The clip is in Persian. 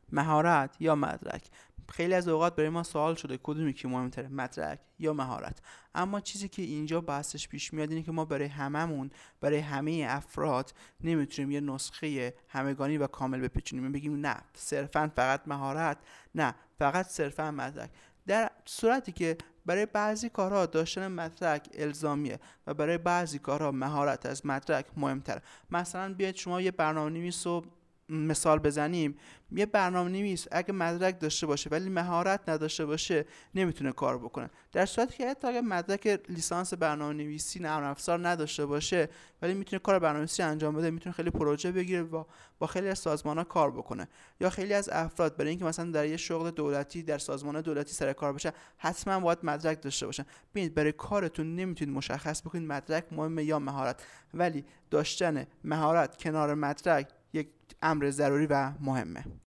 مهارت یا مدرک؟ خیلی از اوقات برای ما سوال شده کدومی که مهمتره، مدرک یا مهارت؟ اما چیزی که اینجا بحثش پیش میاد اینه که ما برای هممون، برای همه افراد نمیتونیم یه نسخه همگانی و کامل بپیچونیم بگیم نه صرفا فقط مهارت، نه فقط صرفا مدرک. در صورتی که برای بعضی کارها داشتن مدرک الزامیه و برای بعضی کارها مهارت از مدرک مهمتره. مثلا بیاید شما یه برنامه‌نویس رو مثال بزنیم. یه برنامه‌نویس اگه مدرک داشته باشه ولی مهارت نداشته باشه نمیتونه کار بکنه. در صورتی که حتی اگه مدرک لیسانس برنامه‌نویسی نرم افزار نداشته باشه ولی میتونه کار برنامه‌نویسی انجام بده، میتونه خیلی پروژه بگیره و با خیلی از سازمان‌ها کار بکنه. یا خیلی از افراد برای اینکه مثلا در یه شغل دولتی در سازمان دولتی سر کار بشه حتما باید مدرک داشته باشن. ببینید برای کارتون نمیتونید مشخص بکنید مدرک مهمه یا مهارت، ولی داشتن مهارت کنار مدرک یک امر ضروری و مهمه.